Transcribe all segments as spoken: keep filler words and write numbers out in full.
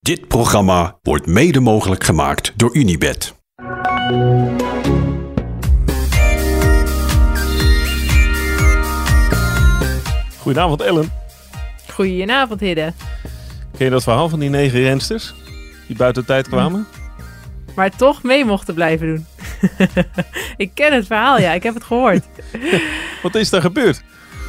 Dit programma wordt mede mogelijk gemaakt door Unibed. Goedenavond Ellen. Goedenavond Hidde. Ken je dat verhaal van die negen rensters die buiten tijd kwamen? Maar toch mee mochten blijven doen. Ik ken het verhaal, ja. Ik heb het gehoord. Wat is daar gebeurd?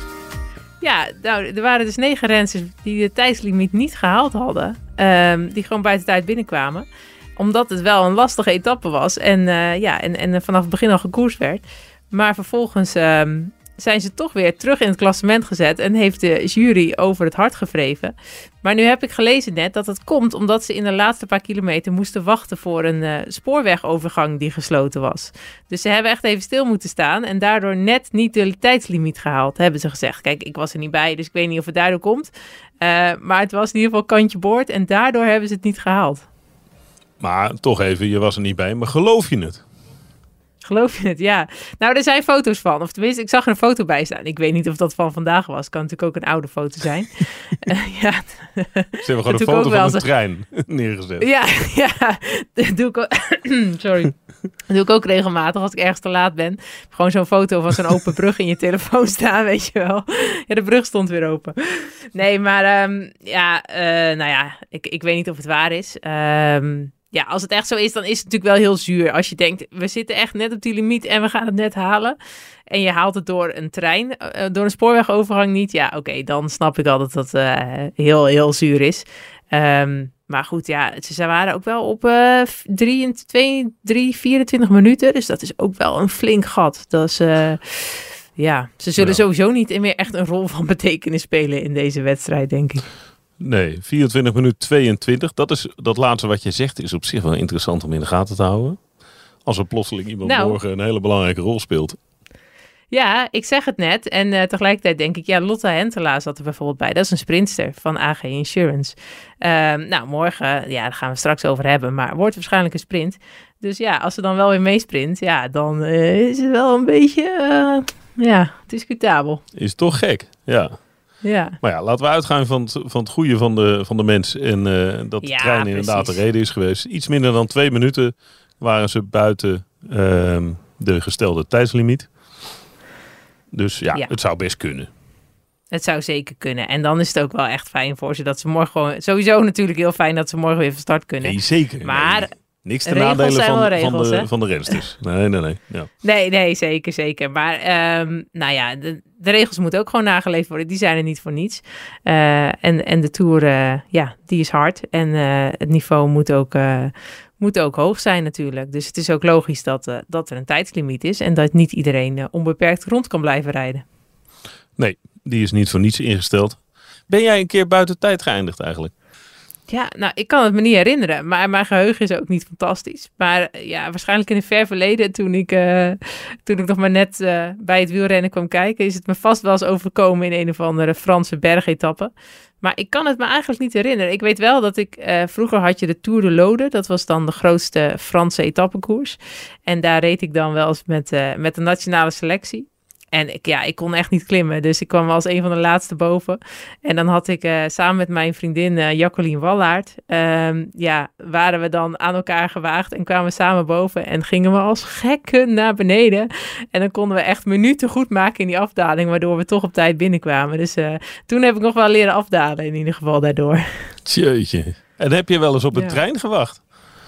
Ja, nou, er waren dus negen rensters die de tijdslimiet niet gehaald hadden. Um, die gewoon buiten tijd binnenkwamen. Omdat het wel een lastige etappe was. En, uh, ja, en, en vanaf het begin al gekoerst werd. Maar vervolgens um, zijn ze toch weer terug in het klassement gezet. En heeft de jury over het hart gevreven. Maar nu heb ik gelezen net dat het komt omdat ze in de laatste paar kilometer moesten wachten voor een uh, spoorwegovergang die gesloten was. Dus ze hebben echt even stil moeten staan en daardoor net niet de tijdslimiet gehaald, hebben ze gezegd. Kijk, ik was er niet bij, dus ik weet niet of het daardoor komt. Uh, maar het was in ieder geval kantje boord en daardoor hebben ze het niet gehaald. Maar toch even, je was er niet bij, maar geloof je het? Geloof je het? Ja. Nou, er zijn foto's van. Of tenminste, ik zag er een foto bij staan. Ik weet niet of dat van vandaag was. Kan natuurlijk ook een oude foto zijn. uh, ja. Ze hebben gewoon een foto van een ze... trein neergezet. Ja, ja. Dat doe ik ook... Sorry. Dat doe ik ook regelmatig als ik ergens te laat ben. Gewoon zo'n foto van zo'n open brug in je telefoon staan, weet je wel. Ja, de brug stond weer open. Nee, maar um, ja, uh, nou ja, ik, ik weet niet of het waar is. Um, Ja, als het echt zo is, dan is het natuurlijk wel heel zuur. Als je denkt, we zitten echt net op die limiet en we gaan het net halen. En je haalt het door een trein, uh, door een spoorwegovergang niet. Ja, oké, okay, dan snap ik al dat dat uh, heel, heel zuur is. Um, maar goed, ja, ze waren ook wel op uh, drie, twee, drie, vierentwintig minuten. Dus dat is ook wel een flink gat. Dat is... Uh, ja, ze zullen ja. sowieso niet meer echt een rol van betekenis spelen in deze wedstrijd, denk ik. Nee, vierentwintig minuten tweeëntwintig. Dat is dat laatste wat je zegt is op zich wel interessant om in de gaten te houden. Als er plotseling iemand nou, morgen een hele belangrijke rol speelt. Ja, ik zeg het net. En uh, tegelijkertijd denk ik, ja, Lotta Hentelaar zat er bijvoorbeeld bij. Dat is een sprintster van A G Insurance. Uh, nou, morgen, ja, daar gaan we straks over hebben. Maar wordt waarschijnlijk een sprint. Dus ja, als ze dan wel weer meesprint, ja, dan uh, is het wel een beetje, uh, ja, discutabel. Is toch gek, ja. Ja. Maar ja, laten we uitgaan van het, van het goede van de, van de mens. En uh, dat de ja, trein inderdaad precies. de reden is geweest. Iets minder dan twee minuten waren ze buiten uh, de gestelde tijdslimiet. Dus ja, ja, het zou best kunnen. Het zou zeker kunnen. En dan is het ook wel echt fijn voor ze dat ze morgen gewoon... Sowieso natuurlijk heel fijn dat ze morgen weer van start kunnen. Nee, zeker. Maar... Nee. Niks te nadelen van, regels, van, de, van de rensters. Nee, nee, nee. Ja. Nee, nee, zeker, zeker. Maar um, nou ja, de, de regels moeten ook gewoon nageleefd worden. Die zijn er niet voor niets. Uh, en, en de Tour, uh, ja, die is hard. En uh, het niveau moet ook, uh, moet ook hoog zijn natuurlijk. Dus het is ook logisch dat, uh, dat er een tijdslimiet is. En dat niet iedereen uh, onbeperkt rond kan blijven rijden. Nee, die is niet voor niets ingesteld. Ben jij een keer buiten tijd geëindigd eigenlijk? Ja, nou, ik kan het me niet herinneren, maar mijn geheugen is ook niet fantastisch. Maar ja, waarschijnlijk in het ver verleden, toen ik, uh, toen ik nog maar net uh, bij het wielrennen kwam kijken, is het me vast wel eens overkomen in een of andere Franse bergetappe. Maar ik kan het me eigenlijk niet herinneren. Ik weet wel dat ik, uh, vroeger had je de Tour de l'Aude, dat was dan de grootste Franse etappekoers. En daar reed ik dan wel eens met, uh, met de nationale selectie. En ik, ja, ik kon echt niet klimmen, dus ik kwam als een van de laatste boven. En dan had ik uh, samen met mijn vriendin uh, Jacqueline Wallaert, um, ja, waren we dan aan elkaar gewaagd en kwamen samen boven en gingen we als gekken naar beneden. En dan konden we echt minuten goed maken in die afdaling, waardoor we toch op tijd binnenkwamen. Dus uh, toen heb ik nog wel leren afdalen in ieder geval daardoor. Jeetje. En heb je wel eens op een ja. trein gewacht?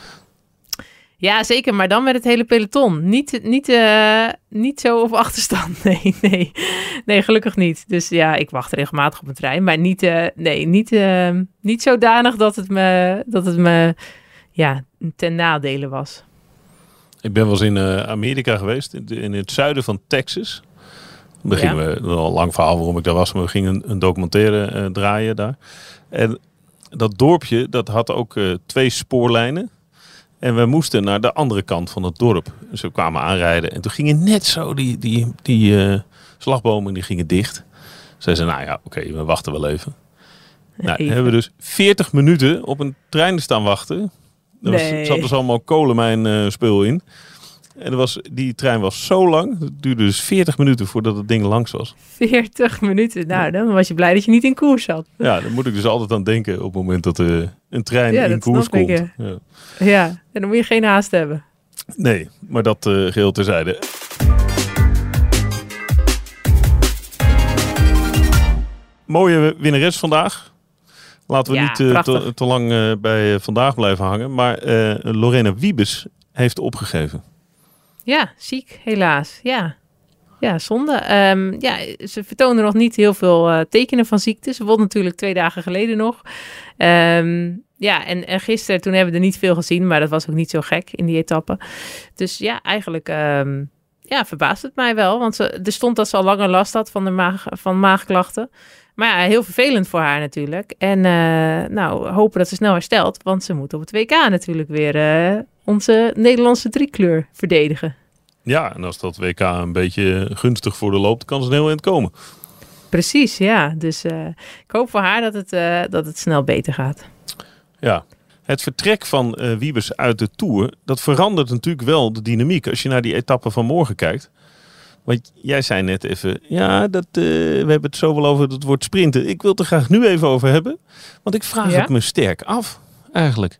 Ja, zeker. Maar dan met het hele peloton. Niet, niet, uh, niet zo op achterstand. Nee, nee. Nee, gelukkig niet. Dus ja, ik wacht regelmatig op een trein. Maar niet, uh, nee, niet, uh, niet zodanig dat het me, dat het me ja, ten nadele was. Ik ben wel eens in uh, Amerika geweest. In, in het zuiden van Texas. Dan gingen ja. we, al een lang verhaal waarom ik daar was. Maar we gingen een, een documentaire uh, draaien daar. En dat dorpje, dat had ook uh, twee spoorlijnen. En we moesten naar de andere kant van het dorp. Dus we kwamen aanrijden. En toen gingen net zo die, die, die uh, slagbomen die gingen dicht. Zij zei, nou ja, oké, okay, we wachten wel even. Nou, dan hebben we dus veertig minuten op een trein staan wachten. Er was, nee. zat dus allemaal kolenmijn uh, spul in. En er was, die trein was zo lang. Het duurde dus veertig minuten voordat het ding langs was. veertig minuten. Nou, dan was je blij dat je niet in koers zat. Ja, daar moet ik dus altijd aan denken op het moment dat er een trein ja, in koers komt. Ik, ja. ja, en dan moet je geen haast hebben. Nee, maar dat uh, geheel terzijde. Mooie winnares vandaag. Laten we ja, niet uh, te, te lang uh, bij uh, vandaag blijven hangen. Maar uh, Lorena Wiebes heeft opgegeven. Ja, ziek helaas. Ja, ja zonde. Um, ja, ze vertoonde nog niet heel veel uh, tekenen van ziekte. Ze won natuurlijk twee dagen geleden nog. Um, ja, en, en gisteren toen hebben we er niet veel gezien. Maar dat was ook niet zo gek in die etappe. Dus ja, eigenlijk um, ja, verbaast het mij wel. Want ze, er stond dat ze al langer last had van, de maag, van maagklachten. Maar ja, heel vervelend voor haar natuurlijk. En uh, nou, hopen dat ze snel herstelt. Want ze moet op het W K natuurlijk weer uh, onze Nederlandse driekleur verdedigen. Ja, en als dat W K een beetje gunstig voor de loopt, kan ze een heel eind komen. Precies, ja. Dus uh, ik hoop voor haar dat het, uh, dat het snel beter gaat. Ja, het vertrek van uh, Wiebes uit de Tour, dat verandert natuurlijk wel de dynamiek. Als je naar die etappe van morgen kijkt. Want jij zei net even, ja, dat, uh, we hebben het zo wel over het woord sprinten. Ik wil het er graag nu even over hebben. Want ik vraag ja? het me sterk af, eigenlijk.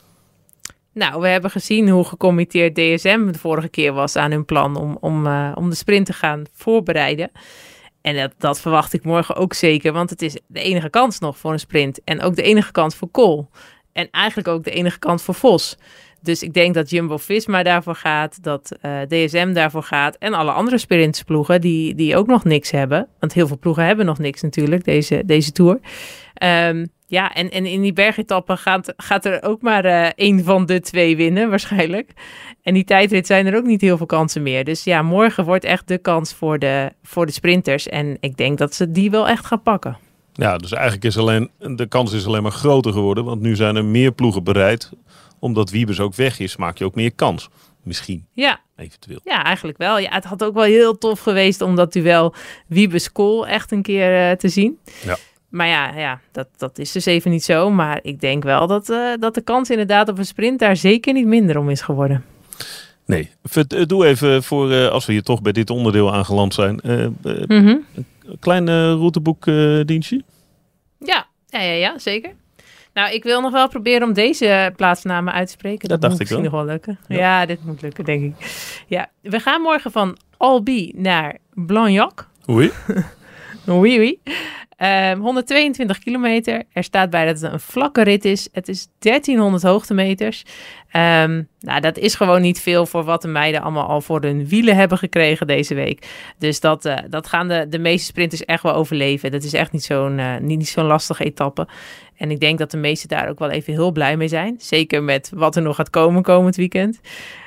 Nou, we hebben gezien hoe gecommitteerd D S M de vorige keer was aan hun plan om, om, uh, om de sprint te gaan voorbereiden. En dat, dat verwacht ik morgen ook zeker, want het is de enige kans nog voor een sprint. En ook de enige kans voor Kool. En eigenlijk ook de enige kans voor Vos. Dus ik denk dat Jumbo-Visma daarvoor gaat, dat uh, D S M daarvoor gaat. En alle andere sprintsploegen die, die ook nog niks hebben. Want heel veel ploegen hebben nog niks natuurlijk, deze, deze Tour. Um, ja, en, en in die bergetappen gaat, gaat er ook maar uh, één van de twee winnen waarschijnlijk. En die tijdrit zijn er ook niet heel veel kansen meer. Dus ja, morgen wordt echt de kans voor de, voor de sprinters. En ik denk dat ze die wel echt gaan pakken. Ja, dus eigenlijk is alleen, de kans is alleen maar groter geworden. Want nu zijn er meer ploegen bereid. Omdat Wiebes ook weg is, maak je ook meer kans. Misschien. Ja. Eventueel. Ja, eigenlijk wel. Ja, het had ook wel heel tof geweest om dat duel Wiebes-Kool echt een keer uh, te zien. Ja. Maar ja, ja dat, dat is dus even niet zo. Maar ik denk wel dat, uh, dat de kans inderdaad op een sprint daar zeker niet minder om is geworden. Nee, doe even voor, uh, als we hier toch bij dit onderdeel aangeland zijn, uh, uh, mm-hmm. een klein uh, routeboekdienstje. Uh, ja, ja, ja, ja, zeker. Nou, ik wil nog wel proberen om deze plaatsnamen uit te spreken. Dat, dat dacht moet ik misschien wel. nog wel lukken. Ja. ja, dit moet lukken, denk ik. Ja, we gaan morgen van Albi naar Blagnac. Oei. Oei, oei. Um, honderdtweeëntwintig kilometer. Er staat bij dat het een vlakke rit is. Het is dertienhonderd hoogtemeters. Um, nou, dat is gewoon niet veel voor wat de meiden allemaal al voor hun wielen hebben gekregen deze week. Dus dat, uh, dat gaan de, de meeste sprinters echt wel overleven. Dat is echt niet zo'n, uh, niet, niet zo'n lastige etappe. En ik denk dat de meesten daar ook wel even heel blij mee zijn. Zeker met wat er nog gaat komen komend weekend.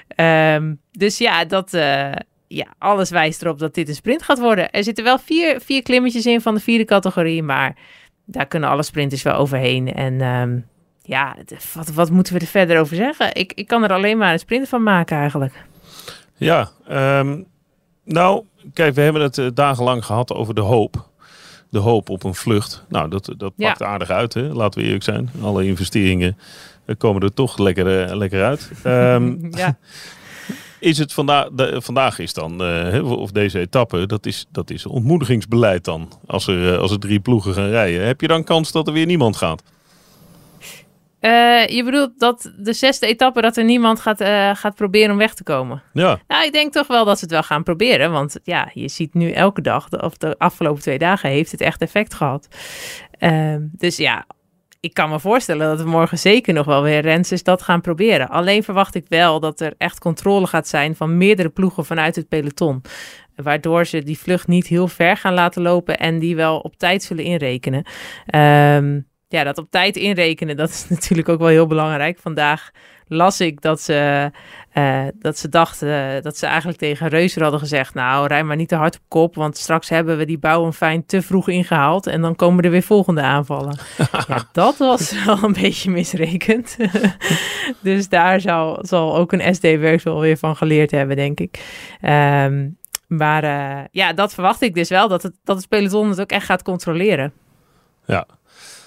Um, dus ja, dat... Uh, Ja, alles wijst erop dat dit een sprint gaat worden. Er zitten wel vier, vier klimmetjes in van de vierde categorie, maar daar kunnen alle sprinters wel overheen. En um, ja, wat, wat moeten we er verder over zeggen? Ik, ik kan er alleen maar een sprint van maken eigenlijk. Ja, um, nou, kijk, we hebben het uh, dagenlang gehad over de hoop. De hoop op een vlucht. Nou, dat, dat pakt ja. aardig uit, hè? Laten we eerlijk zijn. Alle investeringen uh, komen er toch lekker, uh, lekker uit. Um, ja. Is het vanda- de, vandaag is dan, uh, of deze etappe, dat is, dat is ontmoedigingsbeleid dan. Als er, uh, als er drie ploegen gaan rijden. Heb je dan kans dat er weer niemand gaat? Uh, je bedoelt dat de zesde etappe dat er niemand gaat, uh, gaat proberen om weg te komen? Ja. Nou, ik denk toch wel dat ze het wel gaan proberen. Want ja, je ziet nu elke dag, of de afgelopen twee dagen heeft het echt effect gehad. Uh, dus ja... Ik kan me voorstellen dat we morgen zeker nog wel weer rensters dat gaan proberen. Alleen verwacht ik wel dat er echt controle gaat zijn van meerdere ploegen vanuit het peloton. Waardoor ze die vlucht niet heel ver gaan laten lopen en die wel op tijd zullen inrekenen. Um, ja, dat op tijd inrekenen, dat is natuurlijk ook wel heel belangrijk. Vandaag las ik dat ze, uh, dat ze dachten uh, dat ze eigenlijk tegen Reuser hadden gezegd... nou, rij maar niet te hard op kop, want straks hebben we die Bouwenfijn te vroeg ingehaald... en dan komen er weer volgende aanvallen. Ja, dat was wel een beetje misrekend. Dus daar zal, zal ook een S D-werk wel weer van geleerd hebben, denk ik. Um, maar uh, ja, dat verwacht ik dus wel, dat het, dat het peloton het ook echt gaat controleren. Ja.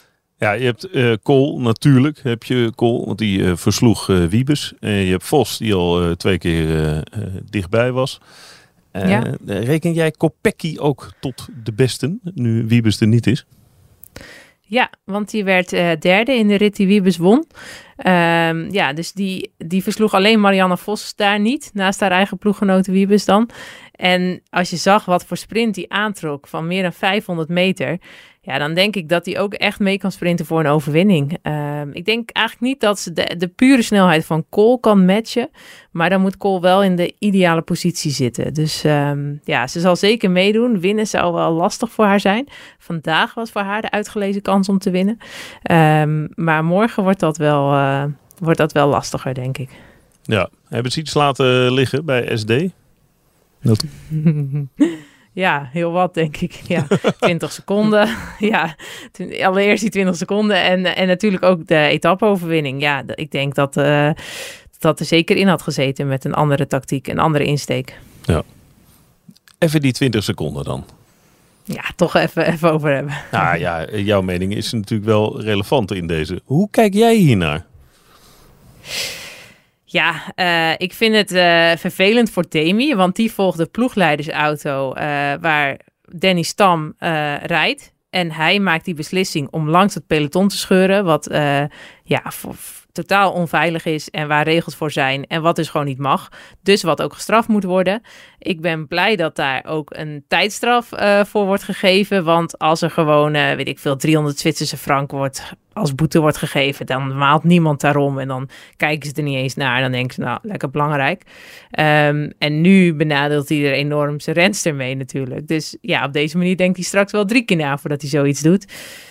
Ja, je hebt uh, Kool natuurlijk, heb je Kool, want die uh, versloeg uh, Wiebes. En je hebt Vos, die al uh, twee keer uh, uh, dichtbij was. Uh, ja. Reken jij Kopecky ook tot de besten, nu Wiebes er niet is? Ja, want die werd uh, derde in de rit die Wiebes won. Um, ja, dus die, die versloeg alleen Marianne Vos daar niet, naast haar eigen ploeggenote Wiebes dan. En als je zag wat voor sprint die aantrok van meer dan vijfhonderd meter... ja, dan denk ik dat hij ook echt mee kan sprinten voor een overwinning. Um, ik denk eigenlijk niet dat ze de, de pure snelheid van Kool kan matchen. Maar dan moet Kool wel in de ideale positie zitten. Dus um, ja, ze zal zeker meedoen. Winnen zou wel lastig voor haar zijn. Vandaag was voor haar de uitgelezen kans om te winnen. Um, maar morgen wordt dat wel, uh, wordt dat wel lastiger, denk ik. Ja, hebben ze iets laten liggen bij S D? Dat... Ja, heel wat, denk ik. Ja, twintig seconden. Ja, allereerst die twintig seconden. En, en natuurlijk ook de etappe-overwinning. Ja, ik denk dat uh, dat er zeker in had gezeten met een andere tactiek, een andere insteek. Ja. Even die twintig seconden dan. Ja, toch even, even over hebben. Nou ja, jouw mening is natuurlijk wel relevant in deze. Hoe kijk jij hiernaar? Ja, uh, ik vind het uh, vervelend voor Demi, want die volgt de ploegleidersauto uh, waar Danny Stam uh, rijdt. En hij maakt die beslissing om langs het peloton te scheuren, wat uh, ja, voor, totaal onveilig is en waar regels voor zijn en wat dus gewoon niet mag. Dus wat ook gestraft moet worden. Ik ben blij dat daar ook een tijdstraf uh, voor wordt gegeven, want als er gewoon, uh, weet ik veel, driehonderd Zwitserse frank wordt als boete wordt gegeven, dan maalt niemand daarom en dan kijken ze er niet eens naar en dan denken ze, nou, lekker belangrijk. Um, en nu benadeelt hij er enorm zijn renster mee natuurlijk. Dus ja, op deze manier denkt hij straks wel drie keer na voordat hij zoiets doet.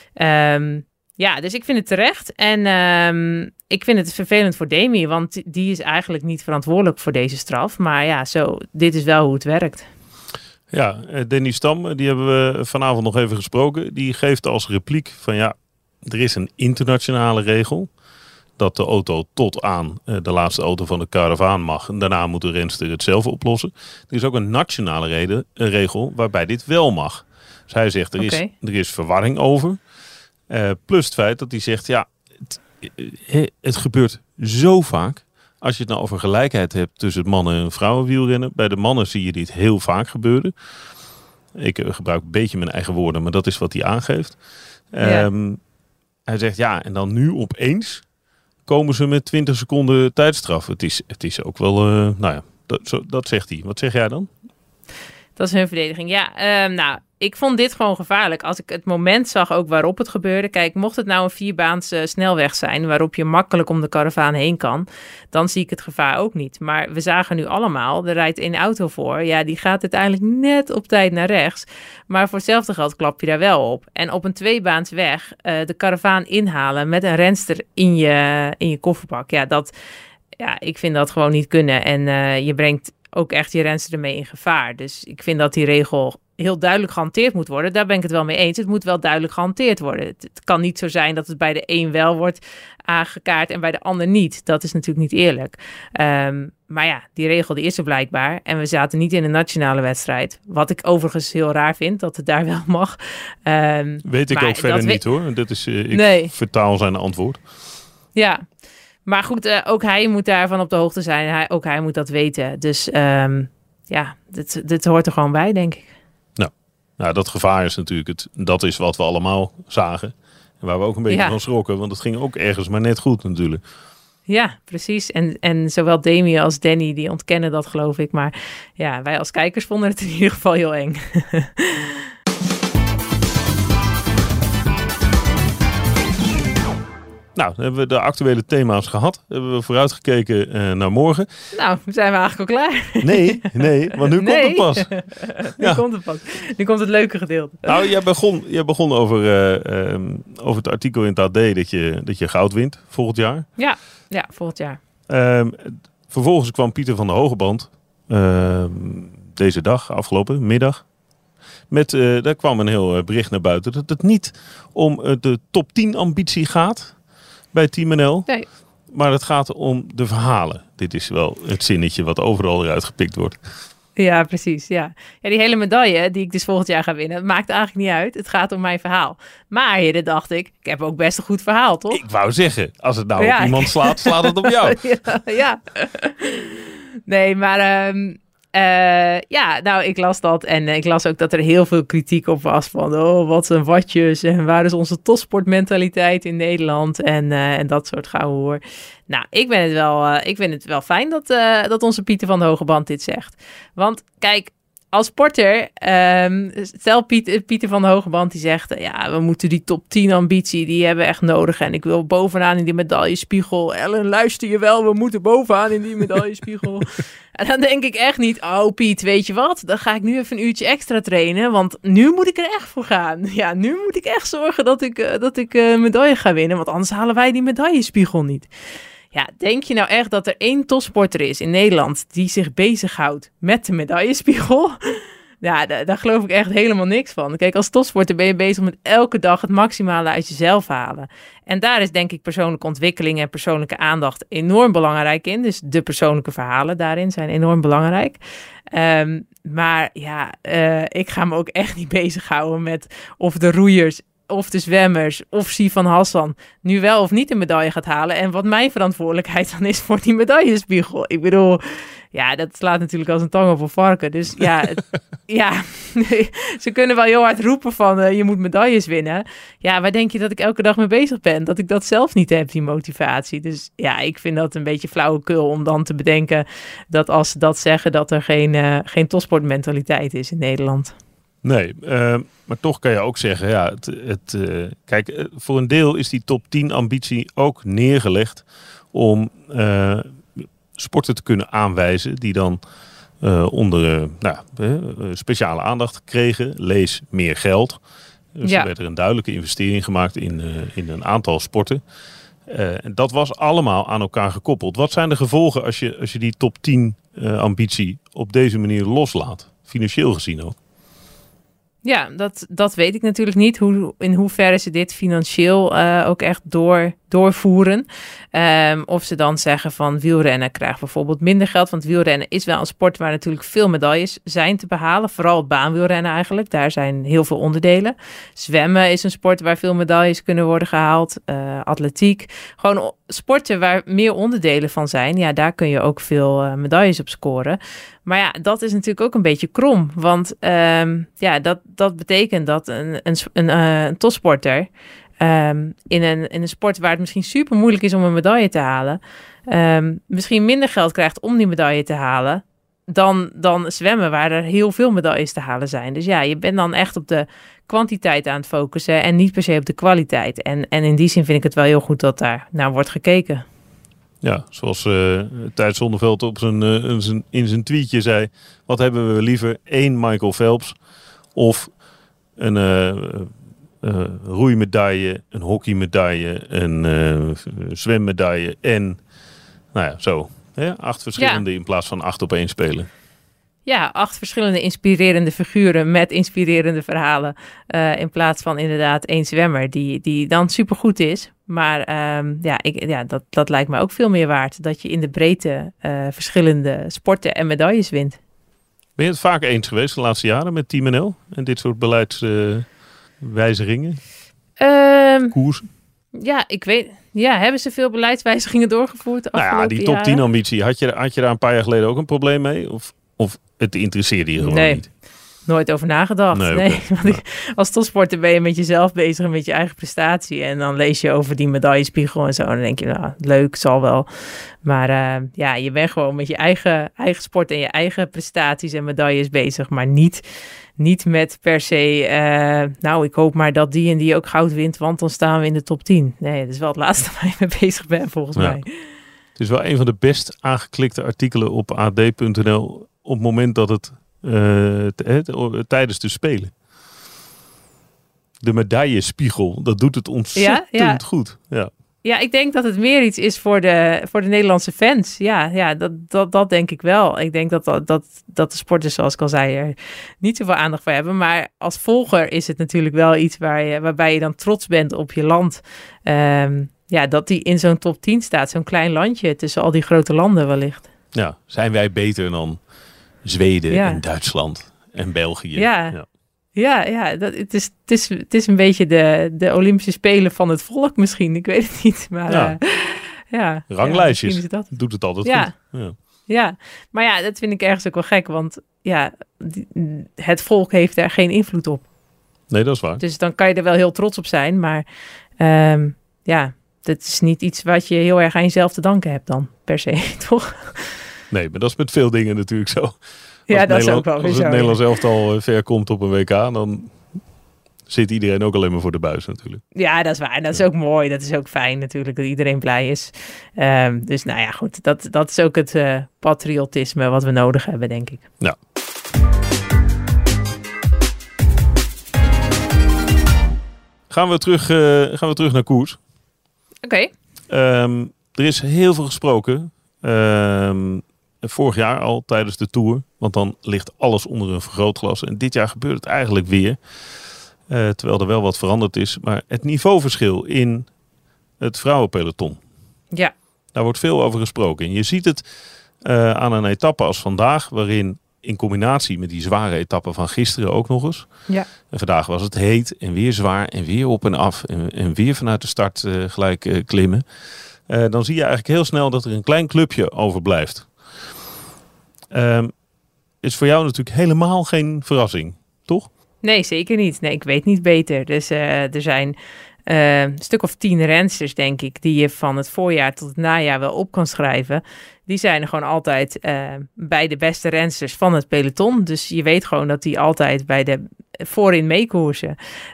Um, ja, dus ik vind het terecht en um, ik vind het vervelend voor Demi, want die is eigenlijk niet verantwoordelijk voor deze straf. Maar ja, zo, dit is wel hoe het werkt. Ja, Danny Stam, die hebben we vanavond nog even gesproken. Die geeft als repliek van ja, er is een internationale regel dat de auto tot aan de laatste auto van de karavaan mag. En daarna moet de renster het zelf oplossen. Er is ook een nationale reden, een regel waarbij dit wel mag. Dus hij zegt, er is, okay. er is verwarring over. Uh, plus het feit dat hij zegt, ja, het, het gebeurt zo vaak. Als je het nou over gelijkheid hebt tussen het mannen- en vrouwenwielrennen. Bij de mannen zie je dit heel vaak gebeuren. Ik uh, gebruik een beetje mijn eigen woorden, maar dat is wat hij aangeeft. Ja. Um, hij zegt, ja, en dan nu opeens komen ze met twintig seconden tijdstraf. Het is, het is ook wel, uh, nou ja, dat, zo, dat zegt hij. Wat zeg jij dan? Dat is hun verdediging. Ja, um, nou, ik vond dit gewoon gevaarlijk. Als ik het moment zag ook waarop het gebeurde. Kijk, mocht het nou een vierbaanse snelweg zijn waarop je makkelijk om de karavaan heen kan, dan zie ik het gevaar ook niet. Maar we zagen nu allemaal, er rijdt een auto voor. Ja, die gaat uiteindelijk net op tijd naar rechts. Maar voor hetzelfde geld klap je daar wel op. En op een tweebaans weg uh, de karavaan inhalen met een renster in je, in je kofferbak. Ja, dat, ja, ik vind dat gewoon niet kunnen. En uh, je brengt ook echt je renster ermee in gevaar. Dus ik vind dat die regel heel duidelijk gehanteerd moet worden. Daar ben ik het wel mee eens. Het moet wel duidelijk gehanteerd worden. Het, het kan niet zo zijn dat het bij de een wel wordt aangekaart en bij de ander niet. Dat is natuurlijk niet eerlijk. Um, maar ja, die regel die is er blijkbaar. En we zaten niet in een nationale wedstrijd. Wat ik overigens heel raar vind, dat het daar wel mag. Um, Weet ik ook verder niet we- hoor. Dat is, uh, ik nee. vertaal zijn antwoord. Ja. Maar goed, uh, ook hij moet daarvan op de hoogte zijn. Hij, ook hij moet dat weten. Dus um, ja, dit, dit hoort er gewoon bij, denk ik. Nou, nou, dat gevaar is natuurlijk, het, dat is wat we allemaal zagen. En waar we ook een beetje ja. van schrokken. Want het ging ook ergens maar net goed natuurlijk. Ja, precies. En, en zowel Demi als Danny, die ontkennen dat, geloof ik. Maar ja, wij als kijkers vonden het in ieder geval heel eng. Nou, dan hebben we de actuele thema's gehad. Hebben we vooruitgekeken uh, naar morgen. Nou, zijn we eigenlijk al klaar? Nee, nee, want nu nee. komt het pas. nu ja. komt het pas. Nu komt het leuke gedeelte. Nou, jij begon, jij begon over, uh, um, over het artikel in het A D dat je, dat je goud wint volgend jaar. Ja, ja volgend jaar. Um, vervolgens kwam Pieter van der Hogeband uh, deze dag, afgelopen middag. Met, uh, daar kwam een heel bericht naar buiten dat het niet om uh, de top tien ambitie gaat bij Team N L. Nee. Maar het gaat om de verhalen. Dit is wel het zinnetje wat overal eruit gepikt wordt. Ja, precies. Ja. ja, die hele medaille die ik dus volgend jaar ga winnen, maakt eigenlijk niet uit. Het gaat om mijn verhaal. Maar hier dacht ik, ik heb ook best een goed verhaal, toch? Ik wou zeggen, als het nou ja, op iemand ik... slaat, slaat het op jou. ja, ja. Nee, maar um, uh, ja, nou, ik las dat en uh, ik las ook dat er heel veel kritiek op was van, oh, wat een watjes en waar is onze topsportmentaliteit in Nederland en, uh, en dat soort gauw hoor. Nou, ik ben het wel, uh, ik vind het wel fijn dat, uh, dat onze Pieter van de Hogeband dit zegt. Want kijk, als sporter, um, stel Piet, Pieter van de Hogeband die zegt, ja, we moeten die top tien ambitie, die hebben we echt nodig. En ik wil bovenaan in die medaillespiegel. Ellen, luister je wel, we moeten bovenaan in die medaillespiegel. En dan denk ik echt niet, oh Piet, weet je wat? Dan ga ik nu even een uurtje extra trainen, want nu moet ik er echt voor gaan. Ja, nu moet ik echt zorgen dat ik, uh, dat ik uh, medaille ga winnen, want anders halen wij die medaillespiegel niet. Ja, denk je nou echt dat er één topsporter is in Nederland die zich bezighoudt met de medaillespiegel? Ja, daar, daar geloof ik echt helemaal niks van. Kijk, als topsporter ben je bezig met elke dag het maximale uit jezelf halen. En daar is denk ik persoonlijke ontwikkeling en persoonlijke aandacht enorm belangrijk in. Dus de persoonlijke verhalen daarin zijn enorm belangrijk. Um, maar ja, uh, ik ga me ook echt niet bezighouden met of de roeiers of de zwemmers, of Sifan Hassan nu wel of niet een medaille gaat halen. En wat mijn verantwoordelijkheid dan is voor die medaillespiegel. Ik bedoel, ja, dat slaat natuurlijk als een tang op een varken. Dus ja, het, ja ze kunnen wel heel hard roepen van uh, je moet medailles winnen. Ja, waar denk je dat ik elke dag mee bezig ben? Dat ik dat zelf niet heb, die motivatie. Dus ja, ik vind dat een beetje flauwekul om dan te bedenken dat als ze dat zeggen, dat er geen, uh, geen topsportmentaliteit is in Nederland. Nee, uh, maar toch kan je ook zeggen, ja, het, het, uh, kijk, uh, voor een deel is die top tien ambitie ook neergelegd om uh, sporten te kunnen aanwijzen die dan uh, onder uh, nou, uh, speciale aandacht kregen. Lees meer geld. Dus ja. Er werd er een duidelijke investering gemaakt in, uh, in een aantal sporten. Uh, en dat was allemaal aan elkaar gekoppeld. Wat zijn de gevolgen als je, als je die top tien uh, ambitie op deze manier loslaat? Financieel gezien ook. Ja, dat, dat weet ik natuurlijk niet. Hoe, in hoeverre ze dit financieel uh, ook echt door, doorvoeren. Um, of ze dan zeggen van wielrennen krijgt bijvoorbeeld minder geld. Want wielrennen is wel een sport waar natuurlijk veel medailles zijn te behalen. Vooral het baanwielrennen eigenlijk. Daar zijn heel veel onderdelen. Zwemmen is een sport waar veel medailles kunnen worden gehaald. Uh, atletiek. Gewoon sporten waar meer onderdelen van zijn. Ja, daar kun je ook veel uh, medailles op scoren. Maar ja, dat is natuurlijk ook een beetje krom. Want um, ja, dat, dat betekent dat een, een, een, uh, een topsporter um, in, een, in een sport waar het misschien super moeilijk is om een medaille te halen, um, misschien minder geld krijgt om die medaille te halen dan, dan zwemmen waar er heel veel medailles te halen zijn. Dus ja, je bent dan echt op de kwantiteit aan het focussen en niet per se op de kwaliteit. En, en in die zin vind ik het wel heel goed dat daar naar wordt gekeken. Ja, zoals uh, Thijs Zonneveld op zijn, uh, zijn, in zijn tweetje zei. Wat hebben we liever? Eén Michael Phelps of een uh, uh, roeimedaille, een hockeymedaille, een uh, zwemmedaille en nou ja, zo. Ja, acht verschillende ja. in plaats van acht op één spelen. Ja, acht verschillende inspirerende figuren met inspirerende verhalen. Uh, in plaats van inderdaad één zwemmer die, die dan supergoed is. Maar um, ja, ik, ja dat, dat lijkt me ook veel meer waard. Dat je in de breedte uh, verschillende sporten en medailles wint. Ben je het vaak eens geweest de laatste jaren met Team N L? En dit soort beleidswijzigingen? Uh, um, Koersen? Ja, ik weet. Ja, hebben ze veel beleidswijzigingen doorgevoerd de afgelopen Nou ja, die top jaren? tien ambitie. Had je, had je daar een paar jaar geleden ook een probleem mee? Of, of het interesseerde je gewoon nee. niet? Nooit over nagedacht. Nee, nee. Okay. Want ik, als topsporter ben je met jezelf bezig en met je eigen prestatie. En dan lees je over die medaillespiegel en zo. En dan denk je, nou, leuk, zal wel. Maar uh, ja, je bent gewoon met je eigen, eigen sport en je eigen prestaties en medailles bezig. Maar niet, niet met per se, uh, nou, ik hoop maar dat die en die ook goud wint, want dan staan we in de top tien. Nee, dat is wel het laatste waar je mee bezig bent, volgens ja. mij. Het is wel een van de best aangeklikte artikelen op A D punt N L op het moment dat het Uh, t- t- tijdens de Spelen. De medaillespiegel, dat doet het ontzettend ja, ja. goed. Ja. ja, ik denk dat het meer iets is voor de, voor de Nederlandse fans. Ja, ja dat, dat, dat denk ik wel. Ik denk dat, dat, dat, dat de sporters, zoals ik al zei, er niet zoveel aandacht voor hebben. Maar als volger is het natuurlijk wel iets waar je, waarbij je dan trots bent op je land. Um, ja, dat die in zo'n top tien staat. Zo'n klein landje tussen al die grote landen wellicht. Ja, zijn wij beter dan Zweden Ja. en Duitsland en België. Ja. ja. Ja, ja dat, het, is, het, is, het is een beetje de, de Olympische Spelen van het volk misschien. Ik weet het niet, maar Ja. uh, ja. Ranglijstjes. Ja, is dat. Doet het altijd Ja. goed. Ja. Ja, maar ja, dat vind ik ergens ook wel gek, want ja, die, het volk heeft daar geen invloed op. Nee, dat is waar. Dus dan kan je er wel heel trots op zijn, maar um, ja, dat is niet iets wat je heel erg aan jezelf te danken hebt dan, per se, toch? Nee, maar dat is met veel dingen natuurlijk zo. Als Ja, dat is ook wel Als weer het zo. Nederlands elftal ver komt op een W K, dan zit iedereen ook alleen maar voor de buis natuurlijk. Ja, dat is waar. En dat is ook mooi. Dat is ook fijn natuurlijk, dat iedereen blij is. Um, dus nou ja, goed. Dat, dat is ook het uh, patriotisme wat we nodig hebben, denk ik. Ja. Gaan we terug, uh, gaan we terug naar koers. Oké. Okay. Um, er is heel veel gesproken. Um, vorig jaar al tijdens de Tour. Want dan ligt alles onder een vergrootglas. En dit jaar gebeurt het eigenlijk weer. Uh, terwijl er wel wat veranderd is. Maar het niveauverschil in het vrouwenpeloton. Ja. Daar wordt veel over gesproken. En je ziet het uh, aan een etappe als vandaag. Waarin in combinatie met die zware etappe van gisteren ook nog eens. Ja. En vandaag was het heet en weer zwaar en weer op en af. En, en weer vanuit de start uh, gelijk uh, klimmen. Uh, dan zie je eigenlijk heel snel dat er een klein clubje overblijft. Um, is voor jou natuurlijk helemaal geen verrassing, toch? Nee, zeker niet. Nee, ik weet niet beter. Dus uh, er zijn uh, een stuk of tien rensters, denk ik, die je van het voorjaar tot het najaar wel op kan schrijven. Die zijn er gewoon altijd uh, bij de beste rensters van het peloton. Dus je weet gewoon dat die altijd bij de voorin meekoersen.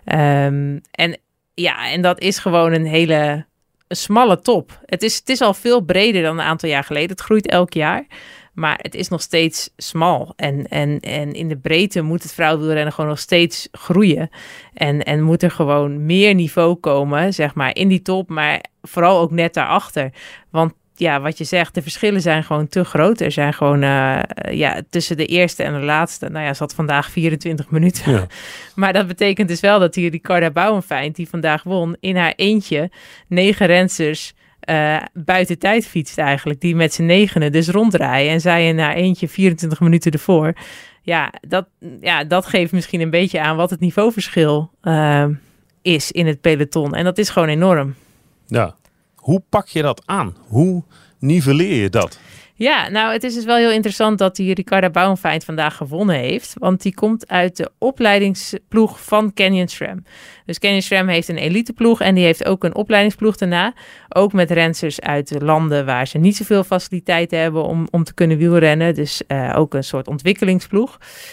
Um, en ja, en dat is gewoon een hele smalle top. Het is, het is al veel breder dan een aantal jaar geleden. Het groeit elk jaar. Maar het is nog steeds smal. En, en, en in de breedte moet het vrouwenwielrennen gewoon nog steeds groeien. En, en moet er gewoon meer niveau komen, zeg maar, in die top. Maar vooral ook net daarachter. Want ja, wat je zegt, de verschillen zijn gewoon te groot. Er zijn gewoon, uh, ja, tussen de eerste en de laatste. Nou ja, ze had vandaag vierentwintig minuten. Ja. Maar dat betekent dus wel dat die Ricarda Bauernfeind, die vandaag won, in haar eentje negen rensters Uh, buiten tijd fietst eigenlijk, die met z'n negenen dus ronddraaien en zij in haar eentje vierentwintig minuten ervoor. Ja dat, ja, dat geeft misschien een beetje aan wat het niveauverschil uh, is in het peloton. En dat is gewoon enorm. Ja, hoe pak je dat aan? Hoe nivelleer je dat? Ja, nou, het is dus wel heel interessant dat die Ricarda Bauernfeind vandaag gewonnen heeft. Want die komt uit de opleidingsploeg van Canyon SRAM. Dus Canyon SRAM heeft een eliteploeg en die heeft ook een opleidingsploeg daarna. Ook met rensters uit de landen waar ze niet zoveel faciliteiten hebben om, om te kunnen wielrennen. Dus uh, ook een soort ontwikkelingsploeg.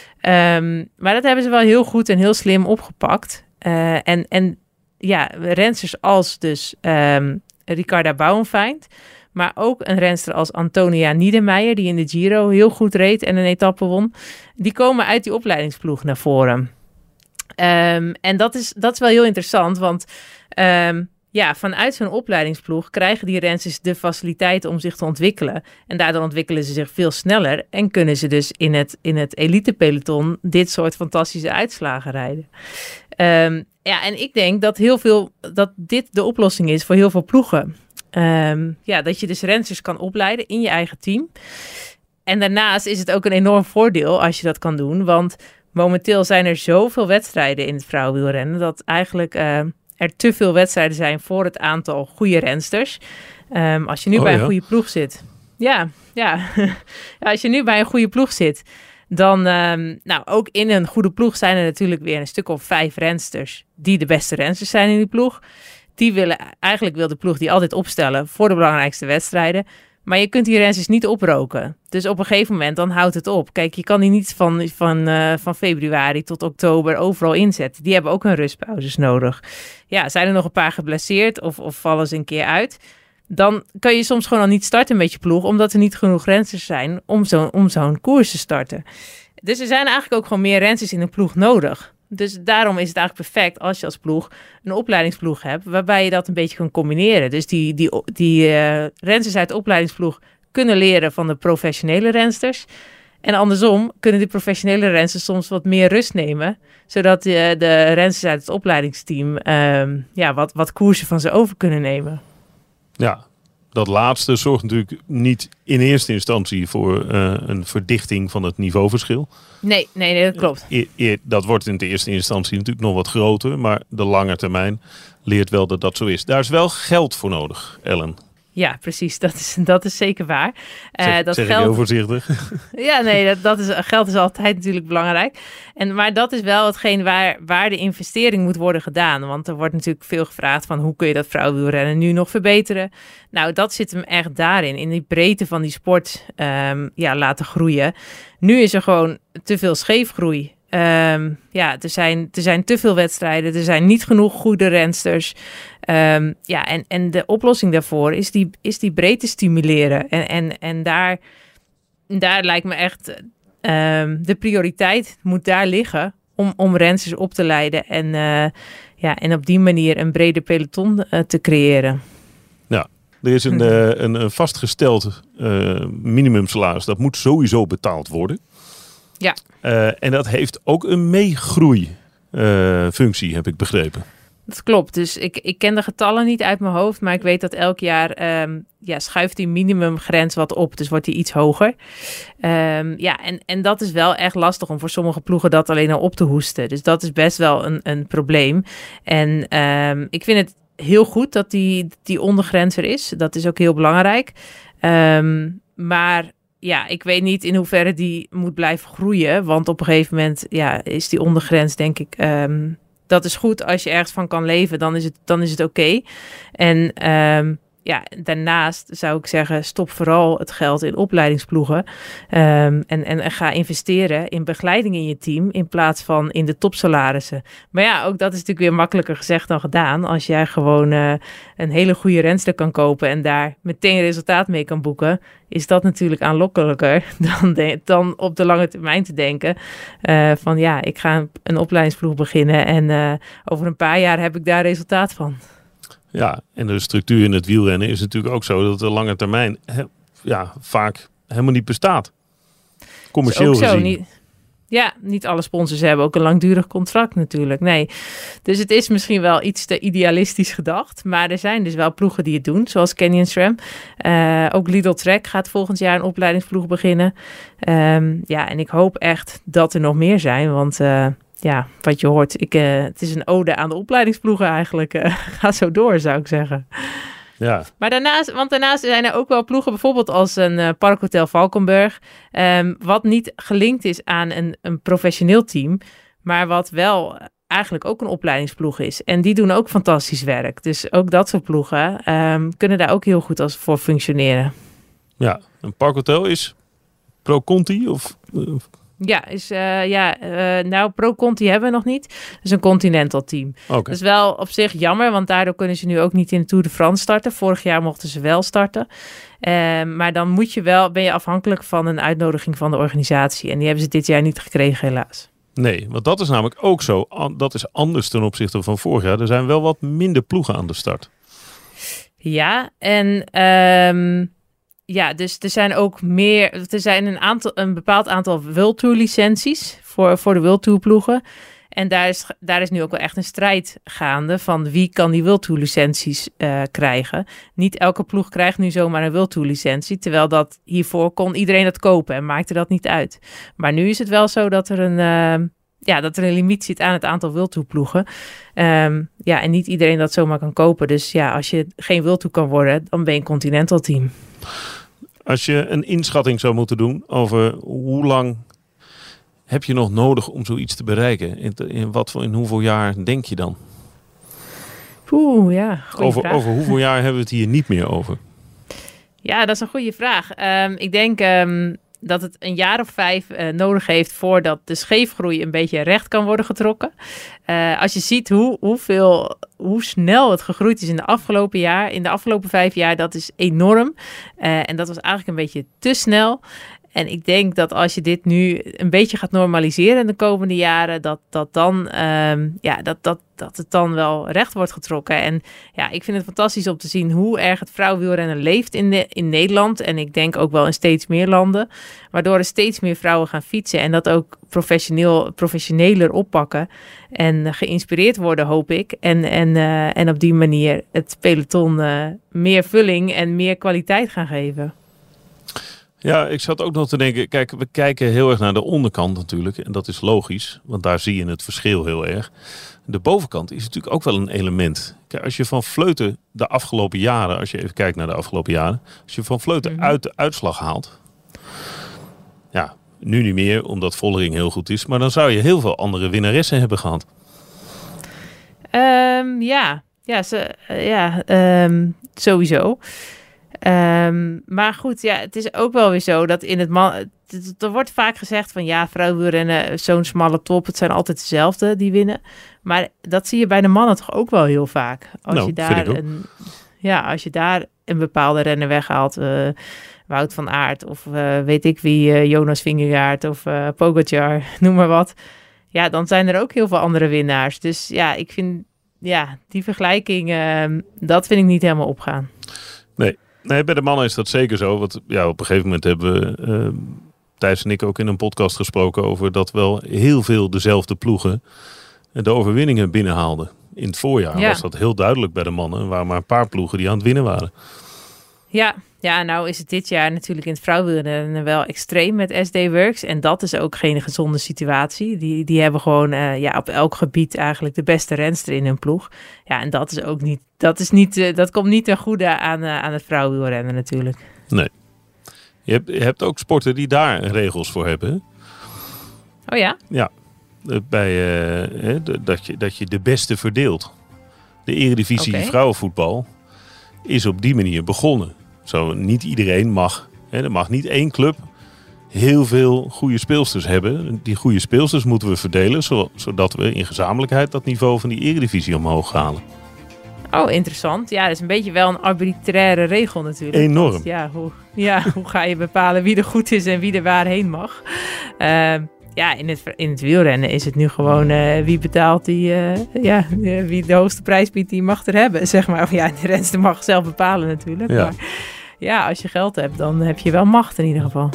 Um, maar dat hebben ze wel heel goed en heel slim opgepakt. Uh, en, en ja, rensters als dus um, Ricarda Bauernfeind, maar ook een renster als Antonia Niedermeijer, die in de Giro heel goed reed en een etappe won. Die komen uit die opleidingsploeg naar voren. Um, en dat is, dat is wel heel interessant, want um, ja, vanuit zo'n opleidingsploeg krijgen die rensters de faciliteiten om zich te ontwikkelen. En daardoor ontwikkelen ze zich veel sneller en kunnen ze dus in het, in het elitepeloton dit soort fantastische uitslagen rijden. Um, ja, en ik denk dat, heel veel, dat dit de oplossing is voor heel veel ploegen. Um, ja, dat je dus rensters kan opleiden in je eigen team. En daarnaast is het ook een enorm voordeel als je dat kan doen. Want momenteel zijn er zoveel wedstrijden in het vrouwenwielrennen dat eigenlijk uh, er te veel wedstrijden zijn voor het aantal goede rensters. Um, als je nu oh, bij ja. een goede ploeg zit. Ja, ja. ja, als je nu bij een goede ploeg zit, dan, um, nou, ook in een goede ploeg zijn er natuurlijk weer een stuk of vijf rensters die de beste rensters zijn in die ploeg. Die willen, eigenlijk wil de ploeg die altijd opstellen voor de belangrijkste wedstrijden. Maar je kunt die rensters niet oproken. Dus op een gegeven moment, dan houdt het op. Kijk, je kan die niet van, van, uh, van februari tot oktober overal inzetten. Die hebben ook hun rustpauzes nodig. Ja, zijn er nog een paar geblesseerd of, of vallen ze een keer uit, dan kan je soms gewoon al niet starten met je ploeg, omdat er niet genoeg rensters zijn om, zo, om zo'n koers te starten. Dus er zijn eigenlijk ook gewoon meer rensters in een ploeg nodig. Dus daarom is het eigenlijk perfect als je als ploeg een opleidingsploeg hebt, waarbij je dat een beetje kan combineren. Dus die, die, die uh, rensters uit de opleidingsploeg kunnen leren van de professionele rensters. En andersom kunnen die professionele rensters soms wat meer rust nemen, zodat uh, de rensters uit het opleidingsteam uh, ja, wat, wat koersen van ze over kunnen nemen. Ja, dat laatste zorgt natuurlijk niet in eerste instantie voor uh, een verdichting van het niveauverschil. Nee, nee, nee dat klopt. E- e- dat wordt in de eerste instantie natuurlijk nog wat groter, maar de lange termijn leert wel dat dat zo is. Daar is wel geld voor nodig, Ellen. Ja, precies. Dat is, dat is zeker waar. Uh, zeg dat zeg geld... ik heel voorzichtig. Ja, nee, dat, dat is, geld is altijd natuurlijk belangrijk. En, maar dat is wel hetgeen waar, waar de investering moet worden gedaan. Want er wordt natuurlijk veel gevraagd van hoe kun je dat vrouwenwielrennen nu nog verbeteren. Nou, dat zit hem echt daarin. In die breedte van die sport um, ja, laten groeien. Nu is er gewoon te veel scheefgroei. Um, ja, er zijn, er zijn te veel wedstrijden. Er zijn niet genoeg goede rensters. Um, ja, en, en de oplossing daarvoor is die, is die breedte stimuleren. En, en, en daar, daar lijkt me echt um, de prioriteit moet daar liggen om, om rensters op te leiden. En, uh, ja, en op die manier een breder peloton uh, te creëren. Ja, er is een, uh, een, een vastgesteld uh, minimumsalaris. Dat moet sowieso betaald worden. Ja. Uh, en dat heeft ook een meegroei uh, functie, heb ik begrepen. Dat klopt. Dus ik, ik ken de getallen niet uit mijn hoofd, maar ik weet dat elk jaar um, ja, schuift die minimumgrens wat op. Dus wordt die iets hoger. Um, ja, en, en dat is wel echt lastig om voor sommige ploegen dat alleen al op te hoesten. Dus dat is best wel een, een probleem. En um, ik vind het heel goed dat die, die ondergrens er is. Dat is ook heel belangrijk. Um, maar ja, ik weet niet in hoeverre die moet blijven groeien. Want op een gegeven moment ja, is die ondergrens, denk ik... Um, dat is goed als je ergens van kan leven, dan is het, dan is het oké. Okay. En um, ja, daarnaast zou ik zeggen, stop vooral het geld in opleidingsploegen. Um, en, en, en ga investeren in begeleiding in je team in plaats van in de topsalarissen. Maar ja, ook dat is natuurlijk weer makkelijker gezegd dan gedaan. Als jij gewoon uh, een hele goede renster kan kopen en daar meteen resultaat mee kan boeken, is dat natuurlijk aanlokkelijker dan, de, dan op de lange termijn te denken. Uh, van ja, ik ga een, een opleidingsploeg beginnen en uh, over een paar jaar heb ik daar resultaat van. Ja, en de structuur in het wielrennen is natuurlijk ook zo dat de lange termijn he, ja, vaak helemaal niet bestaat. Commercieel ook zo, gezien. Niet, ja, niet alle sponsors hebben ook een langdurig contract natuurlijk. Nee, dus het is misschien wel iets te idealistisch gedacht. Maar er zijn dus wel ploegen die het doen, zoals Canyon SRAM. Uh, ook Lidl Trek gaat volgend jaar een opleidingsploeg beginnen. Um, ja, en ik hoop echt dat er nog meer zijn, want... Uh, Ja, wat je hoort, ik, uh, het is een ode aan de opleidingsploegen eigenlijk. Uh, ga zo door, zou ik zeggen. Ja. Maar daarnaast, want daarnaast zijn er ook wel ploegen, bijvoorbeeld als een uh, Parkhotel Valkenburg, um, wat niet gelinkt is aan een, een professioneel team, maar wat wel eigenlijk ook een opleidingsploeg is. En die doen ook fantastisch werk. Dus ook dat soort ploegen um, kunnen daar ook heel goed als voor functioneren. Ja, een Parkhotel is Pro Conti of... Uh, Ja, is, uh, ja uh, nou, Pro Conti hebben we nog niet. Dat is een Continental team. Okay. Dat is wel op zich jammer, want daardoor kunnen ze nu ook niet in de Tour de France starten. Vorig jaar mochten ze wel starten. Uh, maar dan moet je wel, ben je afhankelijk van een uitnodiging van de organisatie. En die hebben ze dit jaar niet gekregen, helaas. Nee, want dat is namelijk ook zo. Dat is anders ten opzichte van vorig jaar. Er zijn wel wat minder ploegen aan de start. Ja, en... Um, Ja, dus er zijn ook meer. Er zijn een aantal, een bepaald aantal World Tour licenties voor, voor de World Tour ploegen. En daar is, daar is nu ook wel echt een strijd gaande van wie kan die World Tour licenties uh, krijgen. Niet elke ploeg krijgt nu zomaar een World Tour licentie, terwijl dat hiervoor kon iedereen dat kopen en maakte dat niet uit. Maar nu is het wel zo dat er een, uh, ja, dat er een limiet zit aan het aantal World Tour ploegen. Um, ja, en niet iedereen dat zomaar kan kopen. Dus ja, als je geen World Tour kan worden, dan ben je een Continental team. Als je een inschatting zou moeten doen over hoe lang heb je nog nodig om zoiets te bereiken? In, in, wat voor, in hoeveel jaar denk je dan? Oeh, ja, goeie over, vraag. over hoeveel jaar hebben we het hier niet meer over? Ja, dat is een goede vraag. Um, ik denk um, dat het een jaar of vijf uh, nodig heeft voordat de scheefgroei een beetje recht kan worden getrokken. Uh, als je ziet hoe, hoeveel, hoe snel het gegroeid is in de afgelopen jaar, in de afgelopen vijf jaar, dat is enorm. Uh, en dat was eigenlijk een beetje te snel. En ik denk dat als je dit nu een beetje gaat normaliseren in de komende jaren, dat, dat, dan, um, ja, dat, dat, dat het dan wel recht wordt getrokken. En ja, ik vind het fantastisch om te zien hoe erg het vrouwenwielrennen leeft in, de, in Nederland. En ik denk ook wel in steeds meer landen. Waardoor er steeds meer vrouwen gaan fietsen en dat ook professioneel, professioneler oppakken. En geïnspireerd worden, hoop ik. En, en, uh, en op die manier het peloton uh, meer vulling en meer kwaliteit gaan geven. Ja, ik zat ook nog te denken, kijk, we kijken heel erg naar de onderkant natuurlijk. En dat is logisch, want daar zie je het verschil heel erg. De bovenkant is natuurlijk ook wel een element. Kijk, als je van Vleuten de afgelopen jaren, als je even kijkt naar de afgelopen jaren. Als je van Vleuten mm-hmm. uit de uitslag haalt. Ja, nu niet meer, omdat Vollering heel goed is. Maar dan zou je heel veel andere winnaressen hebben gehad. Um, ja, ja, ze, uh, ja um, sowieso. Um, maar goed, ja, het is ook wel weer zo dat in het man... Er wordt vaak gezegd van ja, vrouwenwielrennen, zo'n smalle top. Het zijn altijd dezelfde die winnen. Maar dat zie je bij de mannen toch ook wel heel vaak. Als nou, je daar een, ja, als je daar een bepaalde renner weghaalt... Uh, Wout van Aert of uh, weet ik wie, uh, Jonas Vingegaard of uh, Pogacar, noem maar wat. Ja, dan zijn er ook heel veel andere winnaars. Dus ja, ik vind ja, die vergelijking, uh, dat vind ik niet helemaal opgaan. Nee. Nee, bij de mannen is dat zeker zo. Want ja, op een gegeven moment hebben we, uh, Thijs en ik ook in een podcast gesproken over dat wel heel veel dezelfde ploegen de overwinningen binnenhaalden. In het voorjaar ja. was dat heel duidelijk bij de mannen. Er waren maar een paar ploegen die aan het winnen waren. Ja, ja, nou is het dit jaar natuurlijk in het vrouwenwielrennen wel extreem met S D Works. En dat is ook geen gezonde situatie. Die, die hebben gewoon uh, ja, op elk gebied eigenlijk de beste renster in hun ploeg. Ja, en dat is ook niet, dat is niet, uh, dat komt niet ten goede aan, uh, aan het vrouwenwielrennen natuurlijk. Nee. Je hebt, je hebt ook sporten die daar regels voor hebben. Hè? Oh ja? Ja. Bij, uh, hè, dat, je, dat je de beste verdeelt. De Eredivisie okay. vrouwenvoetbal is op die manier begonnen. Zo, niet iedereen mag, hè, er mag niet één club heel veel goede speelsters hebben. Die goede speelsters moeten we verdelen, zo, zodat we in gezamenlijkheid dat niveau van die Eredivisie omhoog halen. Oh, interessant. Ja, dat is een beetje wel een arbitraire regel natuurlijk. Enorm. Want, ja, hoe, ja, hoe ga je bepalen wie er goed is en wie er waarheen mag? Uh, ja, in het, in het wielrennen is het nu gewoon uh, wie betaalt die, uh, ja, wie de hoogste prijs biedt, die mag er hebben, zeg maar. Of ja, de renster mag zelf bepalen natuurlijk. Ja. Maar ja, als je geld hebt, dan heb je wel macht in ieder geval.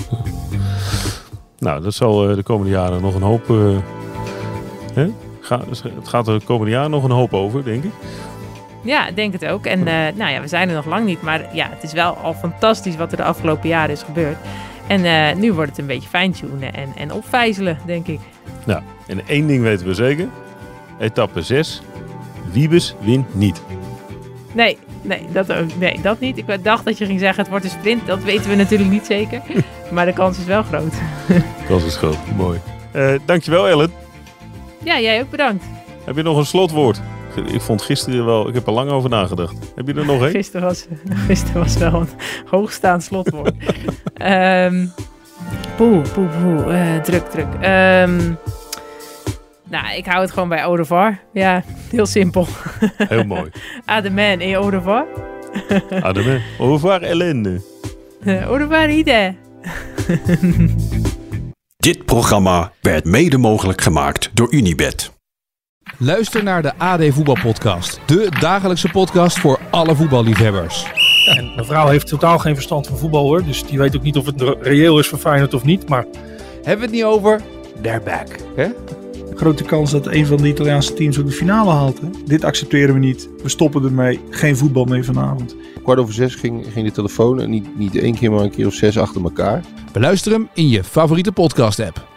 Nou, dat zal uh, de komende jaren nog een hoop... Uh, hè? Ga, het gaat er de komende jaren nog een hoop over, denk ik. Ja, ik denk het ook. En uh, nou ja, we zijn er nog lang niet, maar ja, het is wel al fantastisch wat er de afgelopen jaren is gebeurd. En uh, nu wordt het een beetje fine-tunen en, en opvijzelen, denk ik. Nou, en één ding weten we zeker. Etappe zes. Wiebes wint niet. Nee, nee, dat ook, nee, dat niet. Ik dacht dat je ging zeggen het wordt een sprint. Dat weten we natuurlijk niet zeker. Maar de kans is wel groot. De kans is groot, mooi. Uh, dankjewel, Ellen. Ja, jij ook bedankt. Heb je nog een slotwoord? Ik vond gisteren wel, ik heb er lang over nagedacht. Heb je er nog één? Gisteren was, gisteren was wel een hoogstaand slotwoord. um, poeh, poeh, poeh. Uh, druk, druk. Um, nou, ik hou het gewoon bij au revoir. Ja, heel simpel. Heel mooi. À demain et au revoir. À demain. Au revoir, Hélène. Uh, au revoir, Ide. Dit programma werd mede mogelijk gemaakt door Unibet. Luister naar de A D Voetbalpodcast. De dagelijkse podcast voor alle voetballiefhebbers. En mijn vrouw heeft totaal geen verstand van voetbal hoor. Dus die weet ook niet of het reëel is voor Feyenoord of niet. Maar hebben we het niet over? They're back. Hè? Grote kans dat een van de Italiaanse teams ook de finale haalt. Hè? Dit accepteren we niet. We stoppen ermee. Geen voetbal meer vanavond. Kwart over zes ging, ging de telefoon. En niet, niet één keer, maar een keer of zes achter elkaar. Beluister hem in je favoriete podcast app.